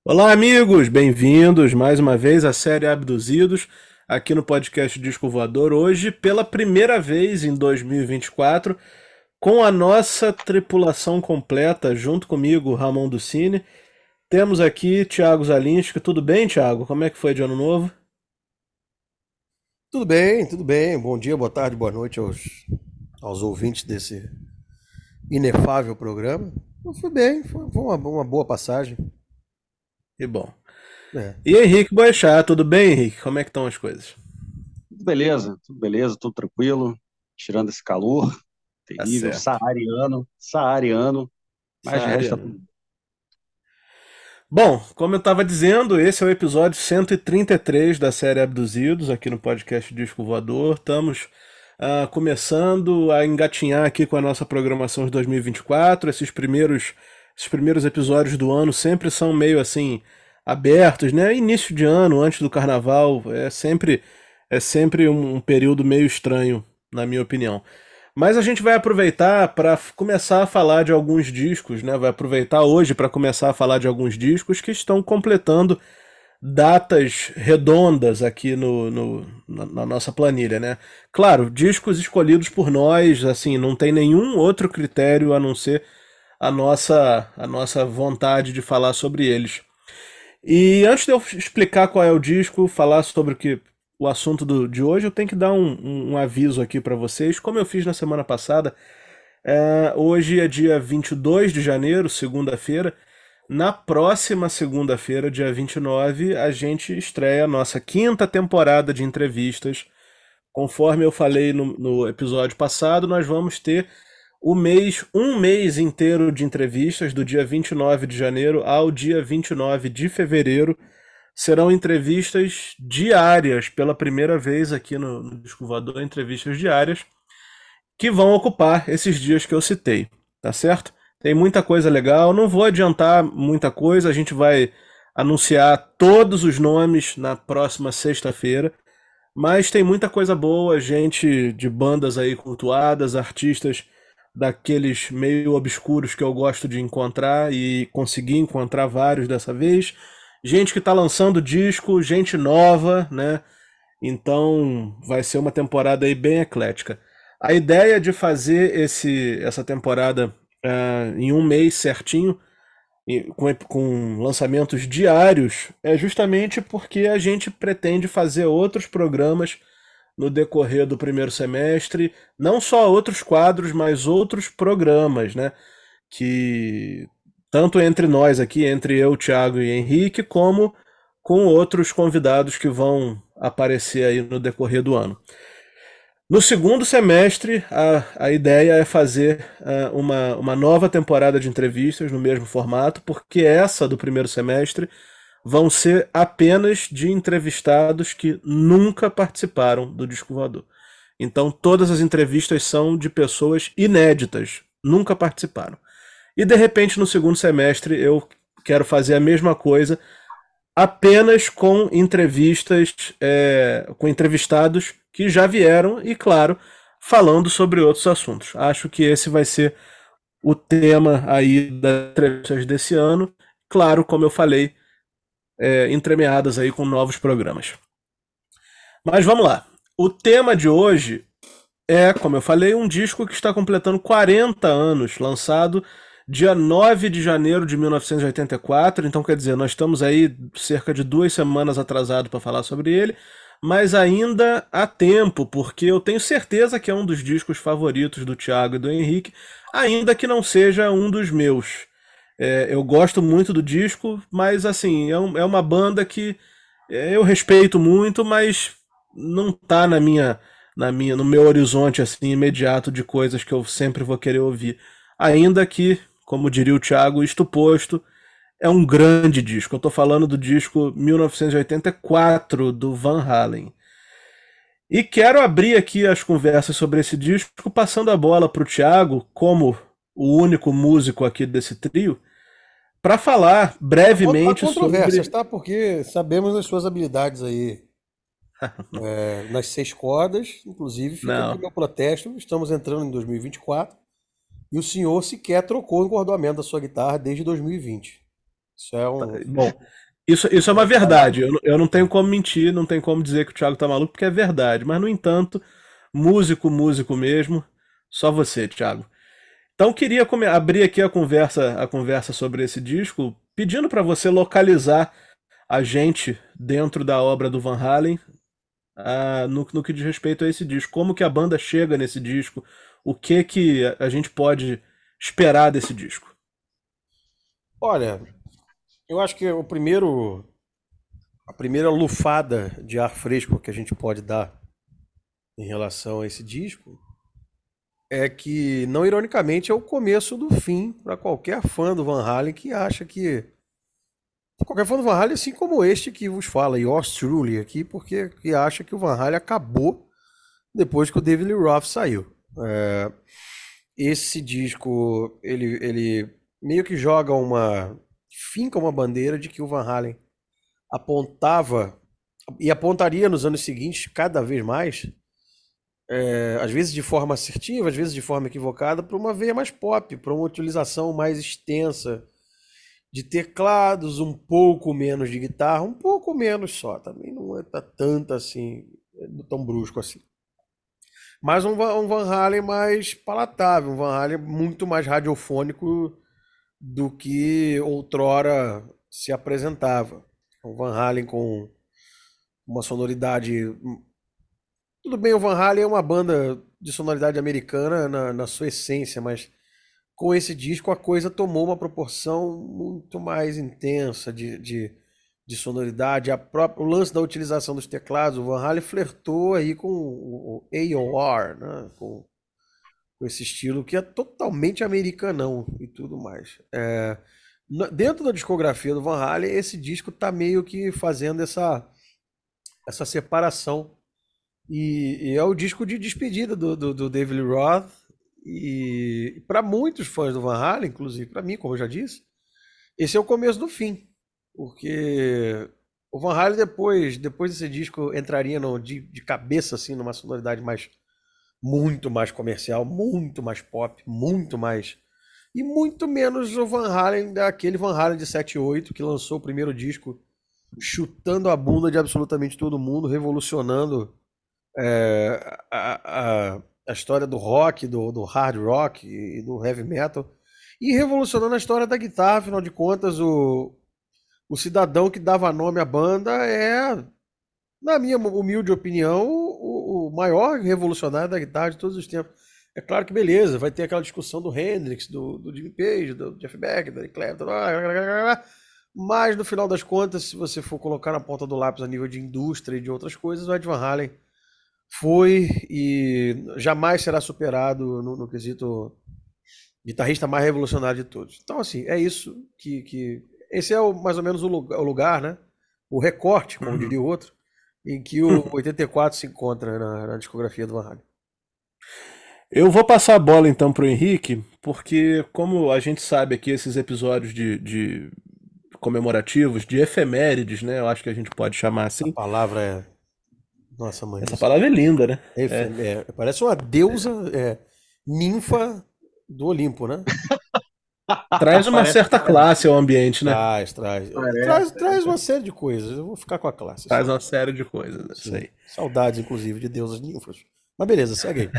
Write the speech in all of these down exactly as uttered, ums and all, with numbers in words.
Olá, amigos! Bem-vindos mais uma vez à série Abduzidos, aqui no podcast Disco Voador. Hoje, pela primeira vez em dois mil e vinte e quatro, com a nossa tripulação completa, junto comigo, Ramon Ducini. Temos aqui Thiago Zalinski. Tudo bem, Thiago? Como é que foi de ano novo? Tudo bem, tudo bem. Bom dia, boa tarde, boa noite aos, aos ouvintes desse inefável programa. Eu fui bem, foi, foi uma, uma boa passagem. E bom. É, E Henrique Boechat, tudo bem, Henrique? Como é que estão as coisas? Tudo beleza, tudo beleza, tudo tranquilo, tirando esse calor Tá terrível, certo. saariano, saariano, mas de resto tá Saariano. tudo. Bom, como eu estava dizendo, esse é o episódio cento e trinta e três da série Abduzidos, aqui no podcast Disco Voador. Estamos ah, começando a engatinhar aqui com a nossa programação de dois mil e vinte e quatro. Esses primeiros, esses primeiros episódios do ano sempre são meio assim abertos, né? Início de ano, antes do carnaval, é sempre, é sempre um um período meio estranho, na minha opinião. Mas a gente vai aproveitar para começar a falar de alguns discos, né? Vai aproveitar hoje para começar a falar de alguns discos que estão completando datas redondas aqui no, no- na, na nossa planilha, né? Claro, discos escolhidos por nós, assim, não tem nenhum outro critério a não ser a nossa, a nossa vontade de falar sobre eles. E antes de eu explicar qual é o disco, falar sobre o que o assunto do- de hoje, eu tenho que dar um, um- um aviso aqui para vocês. Como eu fiz na semana passada, é, hoje é dia vinte e dois de janeiro, segunda-feira. Na próxima segunda-feira, dia vinte e nove, a gente estreia a nossa quinta temporada de entrevistas. Conforme eu falei no, no episódio passado, nós vamos ter o mês, um mês inteiro de entrevistas, do dia vinte e nove de janeiro ao dia vinte e nove de fevereiro. Serão entrevistas diárias, pela primeira vez aqui no, no Disco Voador, entrevistas diárias, que vão ocupar esses dias que eu citei, tá certo? Tem muita coisa legal, não vou adiantar muita coisa, a gente vai anunciar todos os nomes na próxima sexta-feira, mas tem muita coisa boa, gente de bandas aí cultuadas, artistas daqueles meio obscuros que eu gosto de encontrar e consegui encontrar vários dessa vez. Gente que tá lançando disco, gente nova, né? Então vai ser uma temporada aí bem eclética. A ideia de fazer esse, essa temporada ah, em um mês certinho, e com, com lançamentos diários, é justamente porque a gente pretende fazer outros programas no decorrer do primeiro semestre, não só outros quadros, mas outros programas, né? Que tanto entre nós aqui, entre eu, Thiago e Henrique, como com outros convidados que vão aparecer aí no decorrer do ano. No segundo semestre, a, a ideia é fazer uh, uma, uma nova temporada de entrevistas no mesmo formato, porque essa do primeiro semestre vão ser apenas de entrevistados que nunca participaram do Disco Voador. Então, todas as entrevistas são de pessoas inéditas, nunca participaram. E de repente, no segundo semestre, eu quero fazer a mesma coisa, apenas com entrevistas, é, com entrevistados que já vieram e, claro, falando sobre outros assuntos. Acho que esse vai ser o tema aí das entrevistas desse ano. Claro, como eu falei, é, entremeadas aí com novos programas. Mas vamos lá. O tema de hoje é, como eu falei, um disco que está completando quarenta anos, lançado dia nove de janeiro de mil novecentos e oitenta e quatro. Então, quer dizer, nós estamos aí cerca de duas semanas atrasado para falar sobre ele, mas ainda há tempo, porque eu tenho certeza que é um dos discos favoritos do Thiago e do Henrique, ainda que não seja um dos meus. É, eu gosto muito do disco, mas assim, é, um- é uma banda que é, eu respeito muito, mas não tá na minha, na minha, no meu horizonte assim imediato de coisas que eu sempre vou querer ouvir. Ainda que, como diria o Thiago, isto posto, é um grande disco. Eu tô falando do disco mil novecentos e oitenta e quatro do Van Halen. E quero abrir aqui as conversas sobre esse disco, passando a bola pro Thiago, como o único músico aqui desse trio, para falar há con- há brevemente controvérsias, sobre. tá? Porque sabemos das suas habilidades aí é, nas seis cordas. Inclusive, fica aqui Não. meu protesto. Estamos entrando em dois mil e vinte e quatro e vinte e quatro e o senhor sequer trocou o encordoamento da sua guitarra desde dois mil e vinte. Isso é um. Bom, isso, isso é uma verdade. Eu, não- eu não tenho como mentir, não tenho como dizer que o Thiago tá maluco, porque é verdade. Mas, no entanto, músico, músico mesmo, só você, Thiago. Então, queria come- abrir aqui a conversa, a conversa sobre esse disco, pedindo para você localizar a gente dentro da obra do Van Halen, ah, no, no que diz respeito a esse disco. Como que a banda chega nesse disco? O que que a a gente pode esperar desse disco? Olha, eu acho que o primeiro, a primeira lufada de ar fresco que a gente pode dar em relação a esse disco é que, não ironicamente, é o começo do fim para qualquer fã do Van Halen que acha que. Qualquer fã do Van Halen, assim como este que vos fala, yours truly aqui, porque que acha que o Van Halen acabou depois que o David Lee Roth saiu. É, esse disco, ele, ele meio que joga uma. Finca uma bandeira de que o Van Halen apontava e apontaria nos anos seguintes cada vez mais, é, às vezes de forma assertiva, às vezes de forma equivocada, para uma veia mais pop, para uma utilização mais extensa de teclados, um pouco menos de guitarra, um pouco menos só, também não é tá tanto assim, é tão brusco assim. Mas um, Va- um Van Halen mais palatável, um Van Halen muito mais radiofônico do que outrora se apresentava. Um Van Halen com uma sonoridade. Tudo bem, o Van Halen é uma banda de sonoridade americana na, na sua essência, mas com esse disco a coisa tomou uma proporção muito mais intensa de, de, de sonoridade. A própria, o lance da utilização dos teclados, o Van Halen flertou aí com o, o A O R, né? Com, com esse estilo que é totalmente americanão e tudo mais. É, na- dentro da discografia do Van Halen, esse disco tá meio que fazendo essa, essa separação. E, e é o disco de despedida do, do, do David Lee Roth. E para muitos fãs do Van Halen, inclusive para mim, como eu já disse, esse é o começo do fim. Porque o Van Halen depois, depois desse disco entraria no, de, de cabeça assim numa sonoridade mais muito mais comercial, muito mais pop, muito mais e muito menos o Van Halen daquele Van Halen de sete e oito que lançou o primeiro disco chutando a bunda de absolutamente todo mundo, revolucionando é, a, a, a história do rock, do, do hard rock e do heavy metal, e revolucionando a história da guitarra. Afinal de contas, o, o cidadão que dava nome à banda é, na minha humilde opinião, o, o maior revolucionário da guitarra de todos os tempos. É claro que beleza, vai ter aquela discussão do Hendrix, do, do Jimmy Page, do Jeff Beck, do Eric Clapton, mas no final das contas, se você for colocar na ponta do lápis a nível de indústria e de outras coisas, o Ed Van Halen foi e jamais será superado no, no quesito guitarrista mais revolucionário de todos. Então, assim, é isso que. que esse é o, mais ou menos o lugar, o lugar, né? O recorte, como Uhum. diria o outro, em que o oitenta e quatro se encontra na, na discografia do Van Halen. Eu vou passar a bola então pro Henrique, porque como a gente sabe aqui, esses episódios de, de comemorativos, de efemérides, né? Eu acho que a gente pode chamar A assim. palavra é. Nossa, mãe do Essa céu. palavra é linda, né? É, É. é, parece uma deusa é, ninfa do Olimpo, né? Traz uma Parece certa mesmo. classe ao ambiente, né? Traz, traz. Parece. Traz, traz uma série de coisas. Eu vou ficar com a classe Traz só. uma série de coisas, né? Isso Sim. aí. Saudades, inclusive, de deusas ninfas. Mas beleza, segue aí.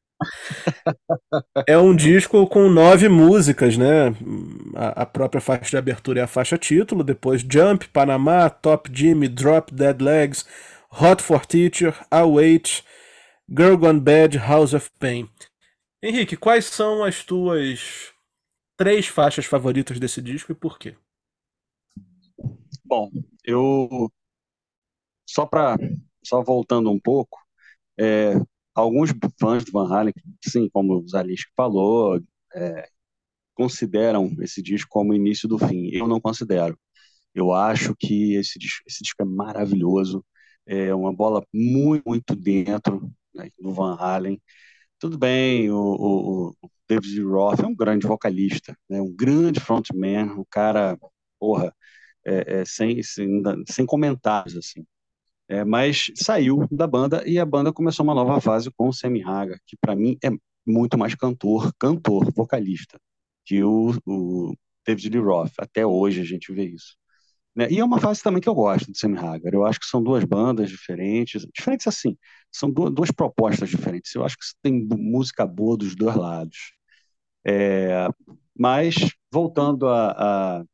É um disco com nove músicas, né? A, a própria faixa de abertura é a faixa título, depois Jump, Panamá, Top Jimmy, Drop Dead Legs, Hot for Teacher, Await, Girl Gone Bad, House of Pain. Henrique, quais são as tuas três faixas favoritas desse disco e por quê? Bom, eu só para só voltando um pouco, é, alguns fãs do Van Halen, sim, como o Zalisco falou, é, consideram esse disco como o início do fim. Eu não considero. Eu acho que esse disco, esse disco é maravilhoso, é uma bola muito, muito dentro, né, do Van Halen. Tudo bem, o, o, o David Lee Roth é um grande vocalista, né, um grande frontman, um cara, porra, é, é, sem, sem, sem comentários, assim. É, mas saiu da banda e a banda começou uma nova fase com o Sammy Hagar, que para mim é muito mais cantor, cantor, vocalista, que o, o David Lee Roth. Até hoje a gente vê isso. Né? E é uma fase também que eu gosto de Sammy Hagar. Eu acho que são duas bandas diferentes, diferentes assim, são duas, duas propostas diferentes. Eu acho que tem música boa dos dois lados. É, mas, voltando a, a,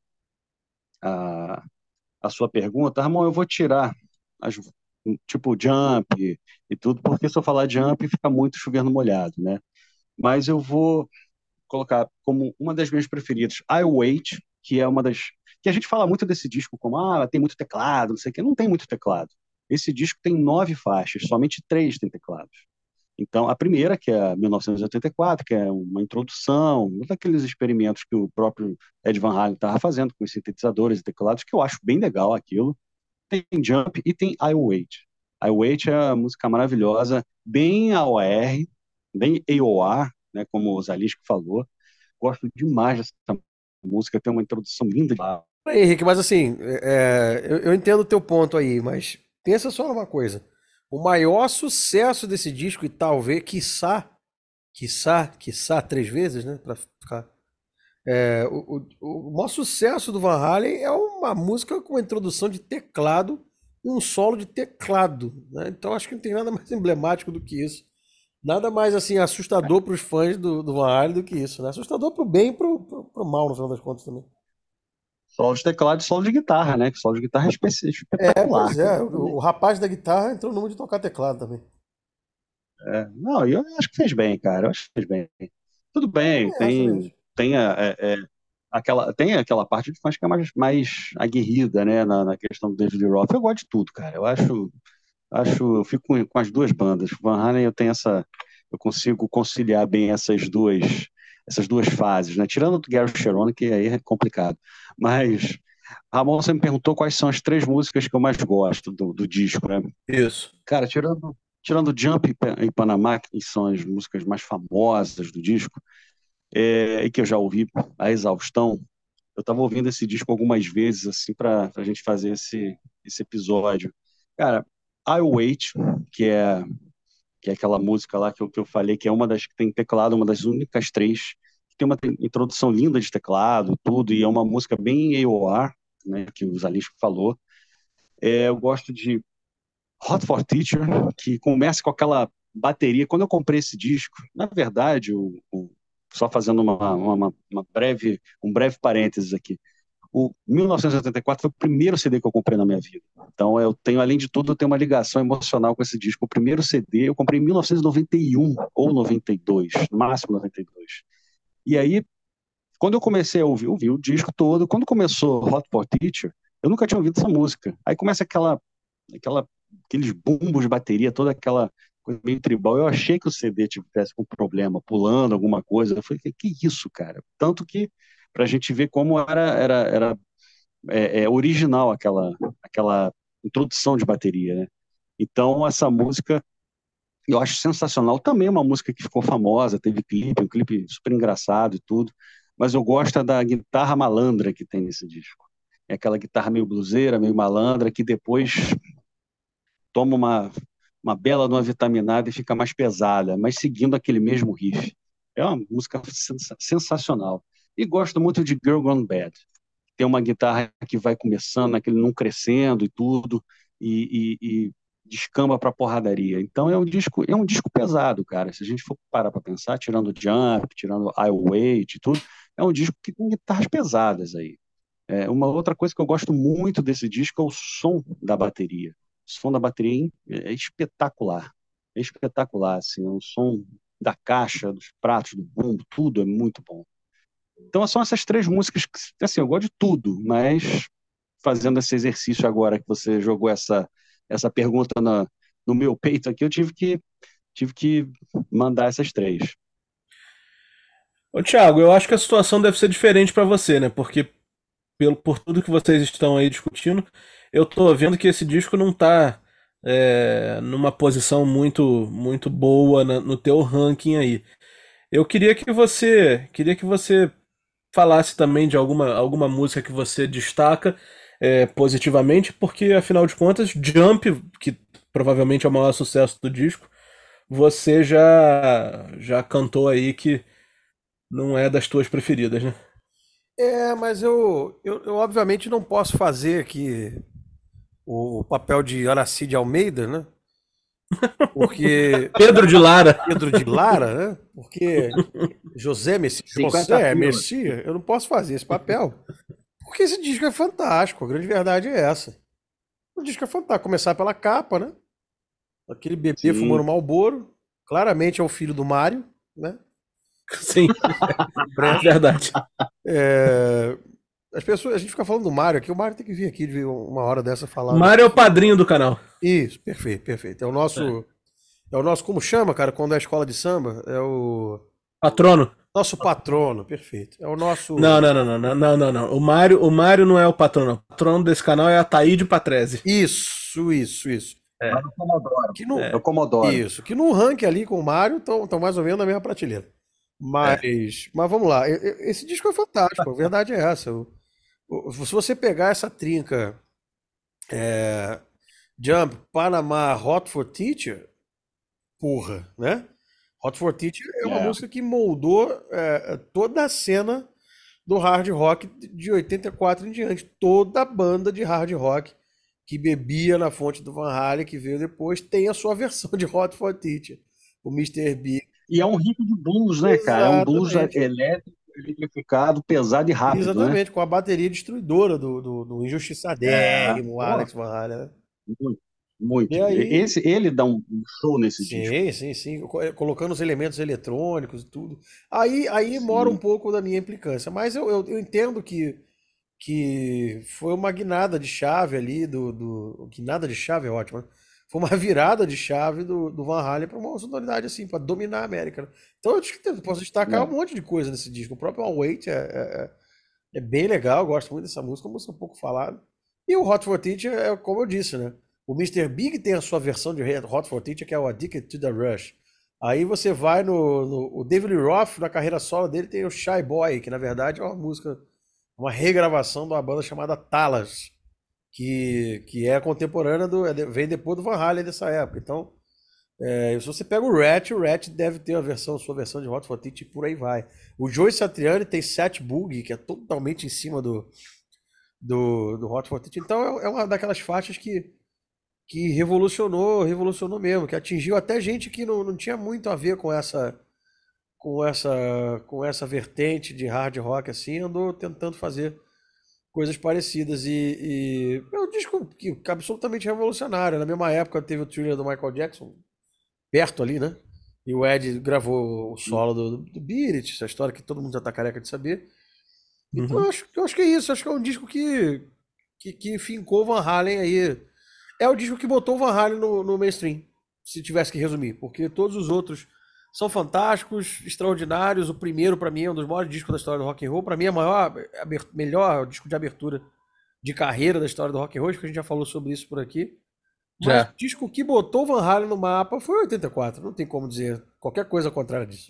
a, a sua pergunta, Ramon, eu vou tirar as, tipo Jump e, e tudo, porque se eu falar Jump fica muito chovendo molhado, né? Mas eu vou colocar como uma das minhas preferidas, I Wait, que é uma das... que a gente fala muito desse disco como, ah, tem muito teclado, não sei o quê. Não tem muito teclado. Esse disco tem nove faixas, somente três tem teclados. Então, a primeira, que é mil novecentos e oitenta e quatro, que é uma introdução, um daqueles experimentos que o próprio Ed Van Halen estava fazendo com os sintetizadores e teclados, que eu acho bem legal aquilo. Tem Jump e tem I Wait. I Wait é uma música maravilhosa, bem A O R, bem A O R, né, como o Zalisco falou. Gosto demais dessa música, tem uma introdução linda. De... Aí, Henrique, mas assim, é, eu, eu entendo o teu ponto aí, mas pensa só numa coisa. O maior sucesso desse disco, e talvez, quiçá, quiçá, quiçá três vezes, né? Pra ficar. É, o, o, o maior sucesso do Van Halen é uma música com uma introdução de teclado e um solo de teclado, né? Então acho que não tem nada mais emblemático do que isso. Nada mais assim assustador para os fãs do, do Van Halen do que isso, né? Assustador pro bem e pro, pro, pro mal, no final das contas também. Solo de teclado e solo de guitarra, né? Que solo de guitarra é espe- É, espetacular, pois é, cara. o, o rapaz da guitarra entrou no número de tocar teclado também. É, não, e eu acho que fez bem, cara. Eu acho que fez bem. Tudo bem, Também acho, também acho. tem, tem, a, é, é, aquela, tem aquela parte de fãs que é mais, mais aguerrida, né? Na, na questão do David Lee Roth. Eu gosto de tudo, cara. Eu acho, acho, eu fico com, com as duas bandas. Van Halen, eu tenho essa, eu consigo conciliar bem essas duas, essas duas fases, né? Tirando o Gary Cherone, que aí é complicado. Mas Ramon, você me perguntou quais são as três músicas que eu mais gosto do, do disco, né? Isso. Cara, tirando, tirando Jump e Panamá, que são as músicas mais famosas do disco, é, e que eu já ouvi a exaustão, eu estava ouvindo esse disco algumas vezes, assim, para a gente fazer esse, esse episódio. Cara, I Wait, que é, que é aquela música lá que eu, que eu falei, que é uma das que tem teclado, uma das únicas três, que tem uma introdução linda de teclado, tudo, e é uma música bem A O R, né, que o Zalisco falou. É, eu gosto de Hot for Teacher, que começa com aquela bateria. Quando eu comprei esse disco, na verdade, o, o, só fazendo uma, uma, uma breve, um breve parênteses aqui, o mil novecentos e oitenta e quatro foi o primeiro C D que eu comprei na minha vida. Então, eu tenho, além de tudo, eu tenho uma ligação emocional com esse disco. O primeiro C D eu comprei em mil novecentos e noventa e um ou noventa e dois, no máximo noventa e dois. E aí, quando eu comecei a ouvir, ouvir o disco todo, quando começou Hot for Teacher, eu nunca tinha ouvido essa música. Aí começa aquela, aquela, aqueles bumbos de bateria, toda aquela coisa meio tribal. Eu achei que o C D tivesse com problema, pulando alguma coisa. Eu falei, que, que isso, cara? Tanto que, para a gente ver como era, era, era é, é, original aquela, aquela introdução de bateria, né? Então, essa música eu acho sensacional. Também é uma música que ficou famosa, teve clipe, um clipe super engraçado e tudo, mas eu gosto da guitarra malandra que tem nesse disco. É aquela guitarra meio bluseira, meio malandra, que depois toma uma, uma bela de uma vitaminada e fica mais pesada, mas seguindo aquele mesmo riff. É uma música sens sensacional. E gosto muito de Girl Gone Bad. Tem uma guitarra que vai começando, aquele não crescendo e tudo, e, e, e descamba para porradaria. Então é um disco, é um disco pesado, cara. Se a gente for parar para pensar, tirando Jump, tirando I Wait e tudo, é um disco que tem guitarras pesadas aí. É, uma outra coisa que eu gosto muito desse disco é o som da bateria. O som da bateria é espetacular. É espetacular, assim, o som da caixa, dos pratos, do bumbo, tudo é muito bom. Então são essas três músicas que, assim, eu gosto de tudo, mas fazendo esse exercício agora que você jogou essa, essa pergunta na, no meu peito aqui, eu tive que, tive que mandar essas três. Ô, Thiago, eu acho que a situação deve ser diferente para você, né? Porque pelo, por tudo que vocês estão aí discutindo, eu tô vendo que esse disco não tá é, numa posição muito muito boa na- no teu ranking aí. Eu queria que você queria que você falasse também de alguma, alguma música que você destaca é, positivamente, porque afinal de contas, Jump, que provavelmente é o maior sucesso do disco, você já já cantou aí que não é das tuas preferidas, né? É, mas eu, eu, eu obviamente não posso fazer aqui o, o papel de Aracide Almeida, né? Porque Pedro de Lara. Pedro de Lara, né? Porque José Messi, cinquenta José pila. Messi, eu não posso fazer esse papel. Porque esse disco é fantástico, a grande verdade é essa. O disco é fantástico, começar pela capa, né? Aquele bebê fumando Sim. Marlboro, claramente é o filho do Mário, né? Sim, Breve. verdade. É, As pessoas, a gente fica falando do Mário aqui, o Mário tem que vir aqui de uma hora dessa O falar. Mário é o padrinho do canal. Isso, perfeito, perfeito. É o É. nosso, é o nosso, como chama, cara, quando é escola de samba? É o Patrono? nosso patrono, perfeito. É o nosso. Não, não, não, não, não, não, não, não. O Mário, o Mário não é o patrono. O patrono desse canal é a Taíde Patrese. Isso, isso, isso. Lá no Comodoro. Que no, É o Comodoro. isso, que no ranking ali com o Mário estão mais ou menos na mesma prateleira. É. Mas, mas vamos lá, e- e- esse disco é fantástico, a verdade é essa. O- o- se você pegar essa trinca é, Jump, Panamá, Hot for Teacher, porra, né? Hot for Teacher é uma É. música que moldou é, toda a cena do hard rock de oitenta e quatro em diante. Toda a banda de hard rock que bebia na fonte do Van Halen, que veio depois, tem a sua versão de Hot for Teacher. O mister Big. E é um riff de blues, né, cara? É um blues Exatamente. elétrico, eletrificado, pesado e rápido, né? Exatamente, com a bateria destruidora do, do, do É, injustiçadérrimo pô, Alex Van Halen, né? muito, E muito. aí, Esse, ele dá um um show nesse disco. sim, sim, sim, co- eh, colocando os elementos eletrônicos e tudo. Aí, aí mora um Sim. pouco da minha implicância, mas eu, eu, eu entendo que, que foi uma guinada de chave ali do, do. Guinada de chave é ótimo, né? Foi uma virada de chave do, do Van Halen para uma sonoridade assim, para dominar a América, né? Então eu acho que eu posso destacar um É. monte de coisa nesse disco. O próprio One Wait é, é, é é bem legal, eu gosto muito dessa música, uma música um pouco falada. E o Hot for Teacher é como eu disse, né? O mister Big tem a sua versão de Hot for Teacher, que é o Addicted to the Rush. Aí você vai no, no o David Lee Roth, na carreira solo dele, tem o Shy Boy, que na verdade é uma música, uma regravação de uma banda chamada Talas, que, que é contemporânea do, é de- vem depois do Van Halen dessa época. Então, é, se você pega o Rat, o Rat deve ter a versão, sua versão de Hot for Teacher e por aí vai. O Joe Satriani tem Set Boogie, que é totalmente em cima do, do, do Hot for Teacher. Então é é uma daquelas faixas que, que revolucionou, revolucionou mesmo, que atingiu até gente que não, não tinha muito a ver com essa, com essa, com essa vertente de hard rock assim, andou tentando fazer coisas parecidas. E, e é um disco que, que é absolutamente revolucionário. Na mesma época teve o Thriller do Michael Jackson, perto ali, né? E o Ed gravou o solo do, do Beat It, essa história que todo mundo já tá careca de saber. Então eu Uhum. acho, eu acho que é isso, acho que é um disco que, que, que fincou o Van Halen aí. É o disco que botou o Van Halen no, no mainstream, se tivesse que resumir, porque todos os outros são fantásticos, extraordinários. O primeiro, pra mim, é um dos maiores discos da história do rock and roll. Pra mim, é o maior, aber- melhor disco de abertura de carreira da história do rock and roll. Acho que a gente já falou sobre isso por aqui. Mas o Já. disco que botou o Van Halen no mapa foi oitenta e quatro. Não tem como dizer qualquer coisa ao contrário disso.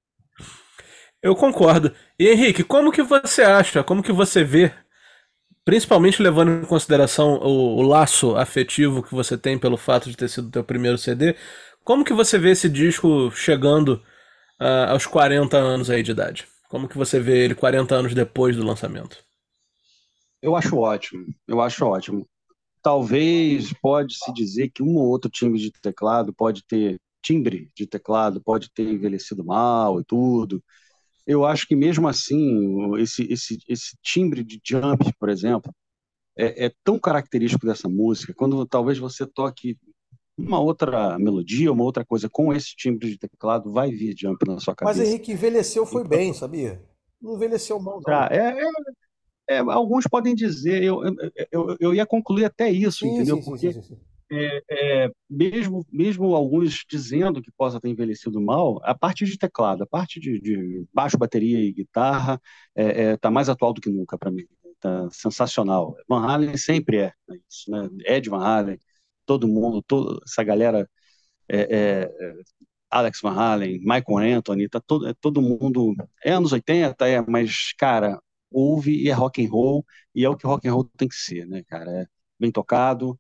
Eu concordo. E Henrique, como que você acha, como que você vê, principalmente levando em consideração o, o laço afetivo que você tem pelo fato de ter sido o teu primeiro C D, como que você vê esse disco chegando ah, aos quarenta anos aí de idade? Como que você vê ele quarenta anos depois do lançamento? Eu acho ótimo. Eu acho ótimo. Talvez pode-se dizer que um ou outro timbre de teclado pode ter timbre de teclado pode ter envelhecido mal e tudo. Eu acho que mesmo assim, esse, esse, esse timbre de jump, por exemplo, é, é tão característico dessa música. Quando talvez você toque uma outra melodia, uma outra coisa com esse timbre de teclado, vai vir jump na sua Mas cabeça. Henrique envelheceu foi Então, bem, sabia? Não envelheceu mal, tá, não. é, é, é, alguns podem dizer, eu, eu, eu, eu ia concluir até isso, Sim, entendeu? sim, sim, sim, Porque sim, sim. é, mesmo, mesmo alguns dizendo que possa ter envelhecido mal, a parte de teclado, a parte de, de baixo, bateria e guitarra é, é, tá mais atual do que nunca para mim. Tá sensacional. Van Halen sempre é isso, né? Ed Van Halen, todo mundo, toda essa galera, é, é, Alex Van Halen, Michael Anthony, tá todo, é, todo mundo. É anos oitenta, é, mas, cara, ouve e é rock and roll, e é o que rock and roll tem que ser, né, cara? É bem tocado,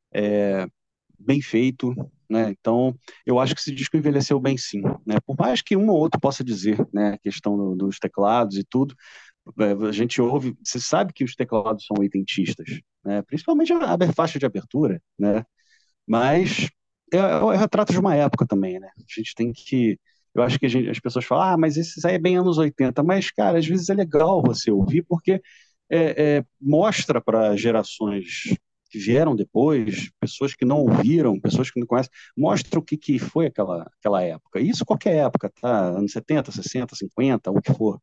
bem feito, né? Então, eu acho que esse disco envelheceu bem, sim, né? Por mais que um ou outro possa dizer, né, a questão do, dos teclados e tudo, A gente ouve, você sabe que os teclados são oitentistas, né? Principalmente a, a faixa de abertura, né? Mas é, é o retrato de uma época também, né? A gente tem que. Eu acho que a gente, as pessoas falam, ah, mas isso aí é bem anos oitenta. Mas, cara, às vezes é legal você ouvir, porque é, é, mostra para gerações que vieram depois, pessoas que não ouviram, pessoas que não conhecem, mostra o que, que foi aquela, aquela época. Isso qualquer época, tá? Anos setenta, sessenta, cinquenta, o que for.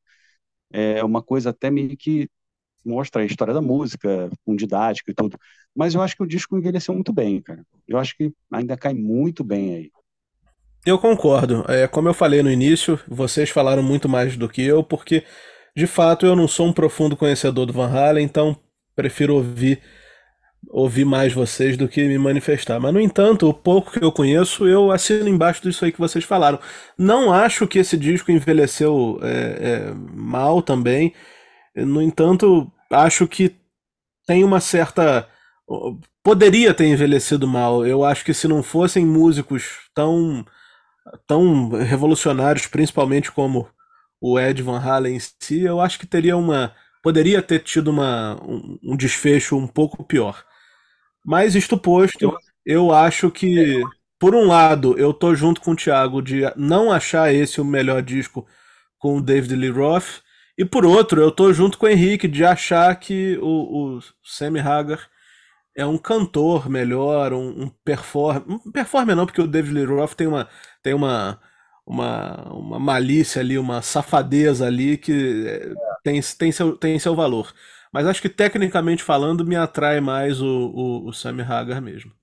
É uma coisa até meio que mostra a história da música, com didática e tudo. Mas eu acho que o disco envelheceu muito bem, cara. Eu acho que ainda cai muito bem aí. Eu concordo. É, como eu falei no início, vocês falaram muito mais do que eu, porque de fato eu não sou um profundo conhecedor do Van Halen, então prefiro ouvir ouvir mais vocês do que me manifestar. Mas, no entanto, o pouco que eu conheço, eu assino embaixo disso aí que vocês falaram. Não acho que esse disco envelheceu é, é, mal também. No entanto, acho que tem uma certa. Poderia ter envelhecido mal. Eu acho que se não fossem músicos tão, tão revolucionários, principalmente como o Ed Van Halen em si, eu acho que teria uma. Poderia ter tido uma, um, um desfecho um pouco pior. Mas isto posto, Eu, eu acho que, por um lado, eu tô junto com o Thiago de não achar esse o melhor disco com o David Lee Roth, e por outro, eu tô junto com o Henrique de achar que o, o Sammy Hagar é um cantor melhor, um, um performer. Um performer não, porque o David Lee Roth tem uma, tem uma, uma, uma malícia ali, uma safadeza ali que é, tem, tem, seu, tem seu valor. Mas acho que tecnicamente falando me atrai mais o, o, o Sammy Hagar mesmo.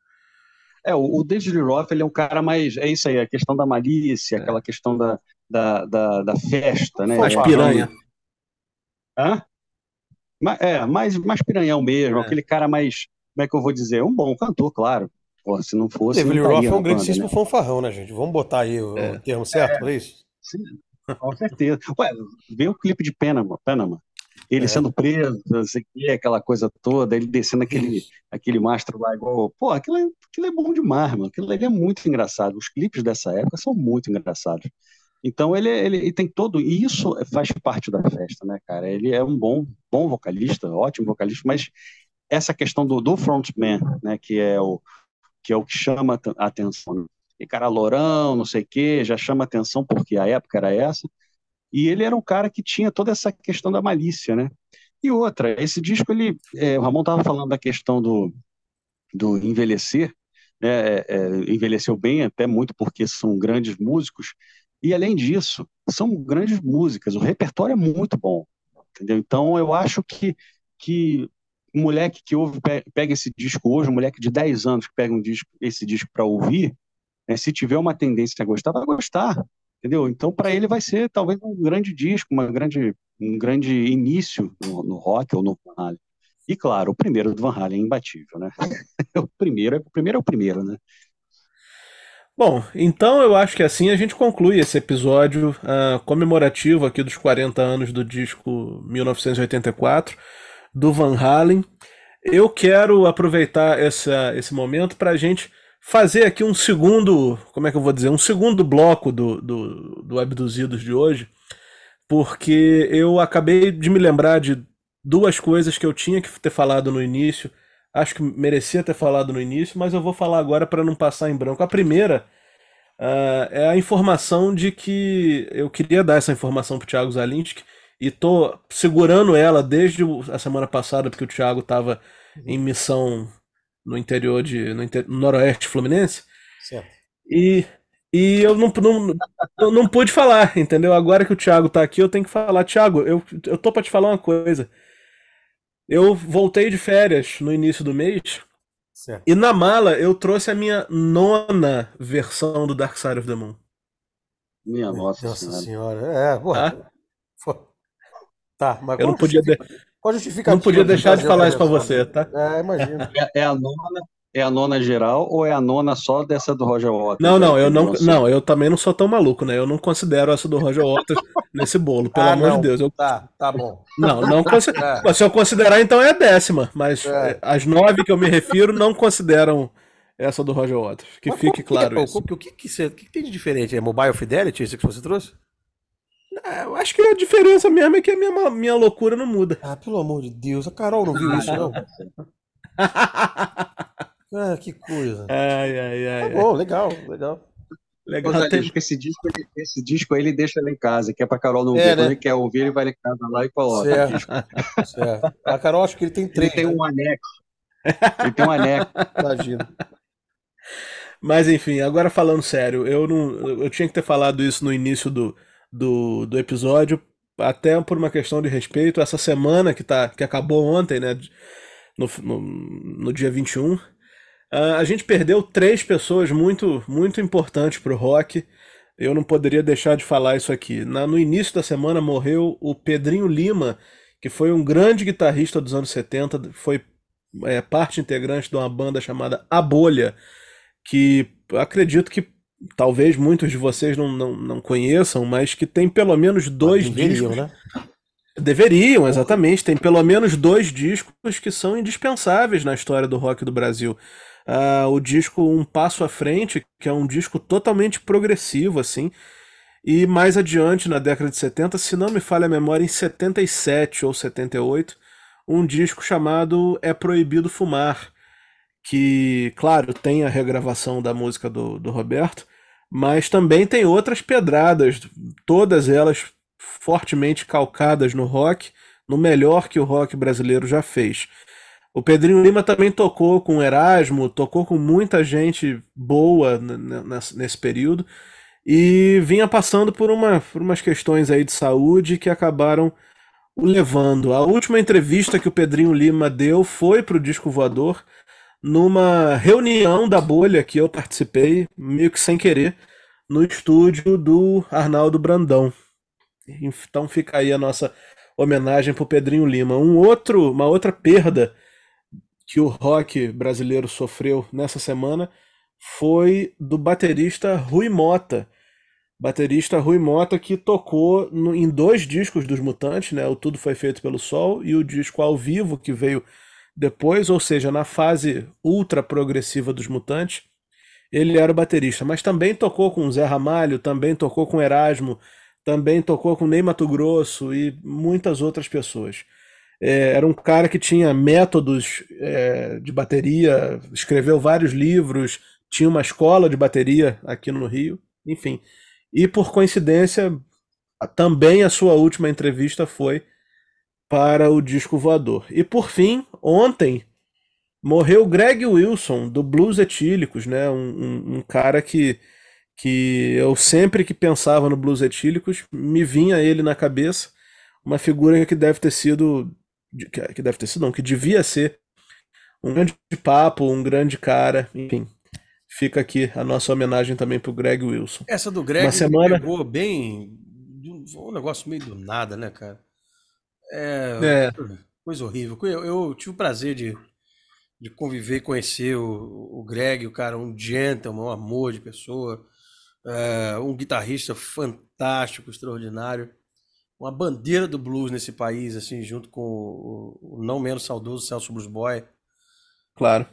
é, o, o David Lee Roth, ele é um cara mais. É isso aí, a questão da malícia, É. aquela questão da, da, da, da festa, né? Mais É, piranha. hã? Ma- É, mais, mais piranhão mesmo, É. aquele cara mais. Como é que eu vou dizer? Um bom cantor, claro. Pô, se não fosse, David não Lee Roth estaria é na um banda, né? grandíssimo fanfarrão, né, gente? Vamos botar aí o, o É. termo certo para isso? Sim, com certeza. Ué, vê o clipe de Panama, Panama. Ele É. sendo preso, não sei o quê, aquela coisa toda, ele descendo aquele, Isso. aquele mastro lá igual. Pô, aquilo é, aquilo é bom demais, mano. Aquilo ali é muito engraçado. Os clipes dessa época são muito engraçados. Então ele, ele, ele tem todo. E isso faz parte da festa, né, cara? Ele é um bom, bom vocalista, ótimo vocalista, mas essa questão do, do frontman, né, que é o que é o que chama a atenção. Né? E cara lourão, não sei o quê, já chama atenção porque a época era essa. E ele era um cara que tinha toda essa questão da malícia, né? E outra, esse disco, ele, é, o Ramon estava falando da questão do, do envelhecer, né? É, é, envelheceu bem, até muito porque são grandes músicos, e além disso, são grandes músicas, o repertório é muito bom, entendeu? Então eu acho que, que um moleque que ouve, pe- pega esse disco hoje, um moleque de dez anos que pega um disco, esse disco para ouvir, né, se tiver uma tendência a gostar, vai gostar, entendeu? Então, para ele vai ser talvez um grande disco, uma grande, um grande início no, no rock ou no Van Halen. E claro, o primeiro do Van Halen é imbatível, né? O primeiro, o primeiro é o primeiro, né? Bom, então eu acho que assim a gente conclui esse episódio ah, comemorativo aqui dos quarenta anos do disco mil novecentos e oitenta e quatro do Van Halen. Eu quero aproveitar essa, esse momento para a gente fazer aqui um segundo, como é que eu vou dizer, um segundo bloco do, do, do Abduzidos de hoje, porque eu acabei de me lembrar de duas coisas que eu tinha que ter falado no início. Acho que merecia ter falado no início, mas eu vou falar agora para não passar em branco. A primeira ah, é a informação de que eu queria dar essa informação para o Thiago Zalinski e tô segurando ela desde o- a semana passada, porque o Thiago estava em Uhum. missão no interior de no, inter- no Noroeste Fluminense Certo. e, e eu não, não, eu não pude falar, entendeu? Agora que o Thiago tá aqui, eu tenho que falar. Thiago, eu, eu tô para te falar uma coisa. Eu voltei de férias no início do mês Certo. e na mala eu trouxe a minha nona versão do Dark Side of the Moon. Minha nossa Nossa senhora. senhora. É, porra. Tá? Pô. Tá, mas Eu qual não a podia, de- justifica- qual a não justificativa podia pra você deixar de trazer falar outra isso pra versão? você, tá? É, imagino. É, é a nona, é a nona geral ou é a nona só dessa do Roger Não, Waters aí não, que eu ele não, lançou? não, eu também não sou tão maluco, né? Eu não considero essa do Roger Waters nesse bolo, pelo Ah, amor de não. Deus. Eu, Tá, tá bom. não, não considero. É, Se eu considerar, então é a décima, mas é. é, as nove que eu me refiro não consideram essa do Roger Waters. Que Mas qual- fique o que, que, é- claro o isso. que, o que, que, você- o que que tem de diferente? É Mobile Fidelity, isso que você trouxe? É, eu acho que a diferença mesmo é que a minha, minha loucura não muda. Ah, pelo amor de Deus, a Carol não viu isso, não? Ah, que coisa. Ai, ai, Tá ai, ai. bom, legal, legal. Ô, Legal, Zé tem... Lisco, esse disco, ele- esse disco aí ele deixa lá em casa, que é pra Carol não É, ver. Quando né? ele quer ouvir, ele vai lá em casa lá e coloca o Certo, disco. certo. A Carol, acho que ele tem Ele três, tem né? um anexo. Ele tem um anexo. Imagina. Mas enfim, agora falando sério, eu não, eu tinha que ter falado isso no início do, do, do episódio, até por uma questão de respeito. Essa semana que, tá, que acabou ontem, né, no, no, no dia vinte e um, ah, a gente perdeu três pessoas muito, muito importantes para o rock. Eu não poderia deixar de falar isso aqui. Na- no início da semana morreu o Pedrinho Lima, que foi um grande guitarrista dos anos setenta, foi é, parte integrante de uma banda chamada A Bolha, que acredito que talvez muitos de vocês não, não, não conheçam, mas que tem pelo menos Ah, dois deveriam, discos. né? Deveriam, exatamente. Tem pelo menos dois discos que são indispensáveis na história do rock do Brasil. Ah, o disco Um Passo à Frente, que é um disco totalmente progressivo, assim. E mais adiante, na década de setenta, se não me falha a memória, em setenta e sete ou setenta e oito, um disco chamado É Proibido Fumar, que, claro, tem a regravação da música do, do Roberto, mas também tem outras pedradas, todas elas fortemente calcadas no rock, no melhor que o rock brasileiro já fez. O Pedrinho Lima também tocou com Erasmo, tocou com muita gente boa nesse período e vinha passando por, uma, por umas questões aí de saúde que acabaram o levando. A última entrevista que o Pedrinho Lima deu foi para o Disco Voador, numa reunião da bolha que eu participei, meio que sem querer, no estúdio do Arnaldo Brandão. Então fica aí a nossa homenagem para o Pedrinho Lima. Um outro, uma outra perda que o rock brasileiro sofreu nessa semana foi do baterista Rui Motta. Baterista Rui Motta, que tocou no, em dois discos dos Mutantes, né? O Tudo Foi Feito pelo Sol e o disco ao vivo que veio depois, ou seja, na fase ultra progressiva dos Mutantes, ele era o baterista, mas também tocou com Zé Ramalho, também tocou com Erasmo, também tocou com Ney Matogrosso e muitas outras pessoas. É, era um cara que tinha métodos é, de bateria, escreveu vários livros, tinha uma escola de bateria aqui no Rio, enfim. E por coincidência, também a sua última entrevista foi para o Disco Voador. E por fim, ontem morreu Greg Wilson, do Blues Etílicos, né? Um, um, um cara que, que eu sempre que pensava no Blues Etílicos, me vinha ele na cabeça, uma figura que deve ter sido, que deve ter sido não, que devia ser um grande papo, um grande cara, enfim. Fica aqui a nossa homenagem também pro Greg Wilson. Essa do Uma Greg me semana. pegou bem. Foi um negócio meio do nada, né, cara? É. É, Coisa horrível. Eu, eu tive o prazer de, de conviver e conhecer o, o Greg, o cara, um gentleman, um amor de pessoa, é, um guitarrista fantástico, extraordinário, uma bandeira do blues nesse país, assim, junto com o, o não menos saudoso Celso Blues Boy. claro.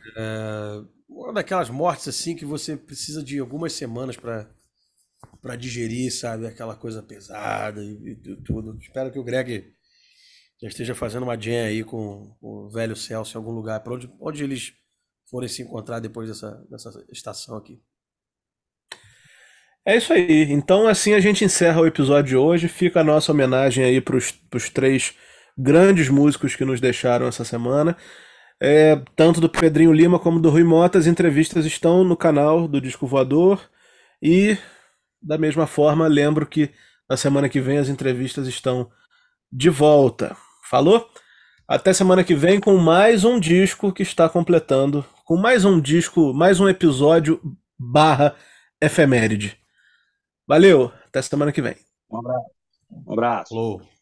Uma daquelas mortes assim que você precisa de algumas semanas para para digerir, sabe? Aquela coisa pesada e, e tudo. Espero que o Greg já esteja fazendo uma jam aí com, com o velho Celso em algum lugar, para onde, onde eles forem se encontrar depois dessa, dessa estação aqui. É isso aí. Então, assim a gente encerra o episódio de hoje. Fica a nossa homenagem aí para os três grandes músicos que nos deixaram essa semana. É, tanto do Pedrinho Lima como do Rui Motta, as entrevistas estão no canal do Disco Voador. E, da mesma forma, lembro que na semana que vem as entrevistas estão de volta. Falou? Até semana que vem com mais um disco que está completando, com mais um disco, mais um episódio barra efeméride. Valeu, até semana que vem. Um abraço. Um abraço. Falou.